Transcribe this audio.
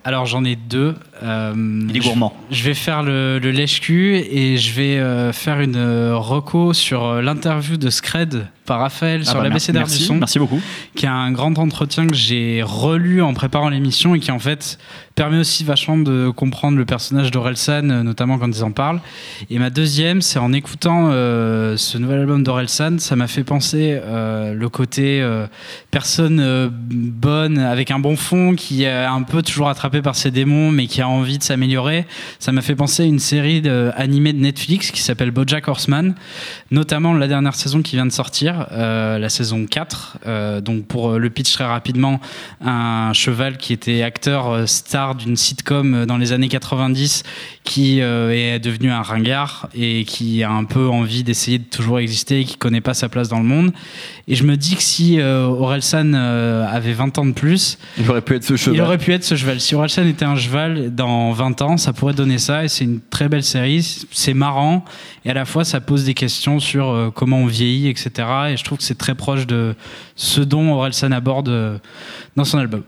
Alors j'en ai deux. Il est gourmand. Je vais faire le lèche-cul et je vais faire une reco sur l'interview de Scred par Raphaël sur l'ABCDR du son. Merci beaucoup. Qui est un grand entretien que j'ai relu en préparant l'émission et qui en fait permet aussi vachement de comprendre le personnage d'Orelsan, notamment quand ils en parlent. Et ma deuxième, c'est en écoutant ce nouvel album d'Orelsan, ça m'a fait penser le côté personne bonne, avec un bon fond, qui est un peu toujours attrapé par ses démons, mais qui a envie de s'améliorer. Ça m'a fait penser à une série animée de Netflix qui s'appelle BoJack Horseman, notamment la dernière saison qui vient de sortir, la saison 4. Donc pour le pitch très rapidement, un cheval qui était acteur star d'une sitcom dans les années 90 qui est devenu un ringard et qui a un peu envie d'essayer de toujours exister et qui connaît pas sa place dans le monde. Et je me dis que si Orelsan avait 20 ans de plus, il aurait pu être ce cheval. Il aurait pu être ce cheval. Si Orelsan était un cheval dans 20 ans, ça pourrait donner ça. Et c'est une très belle série. C'est marrant. Et à la fois, ça pose des questions sur comment on vieillit, etc. Et je trouve que c'est très proche de ce dont Orelsan aborde dans son album.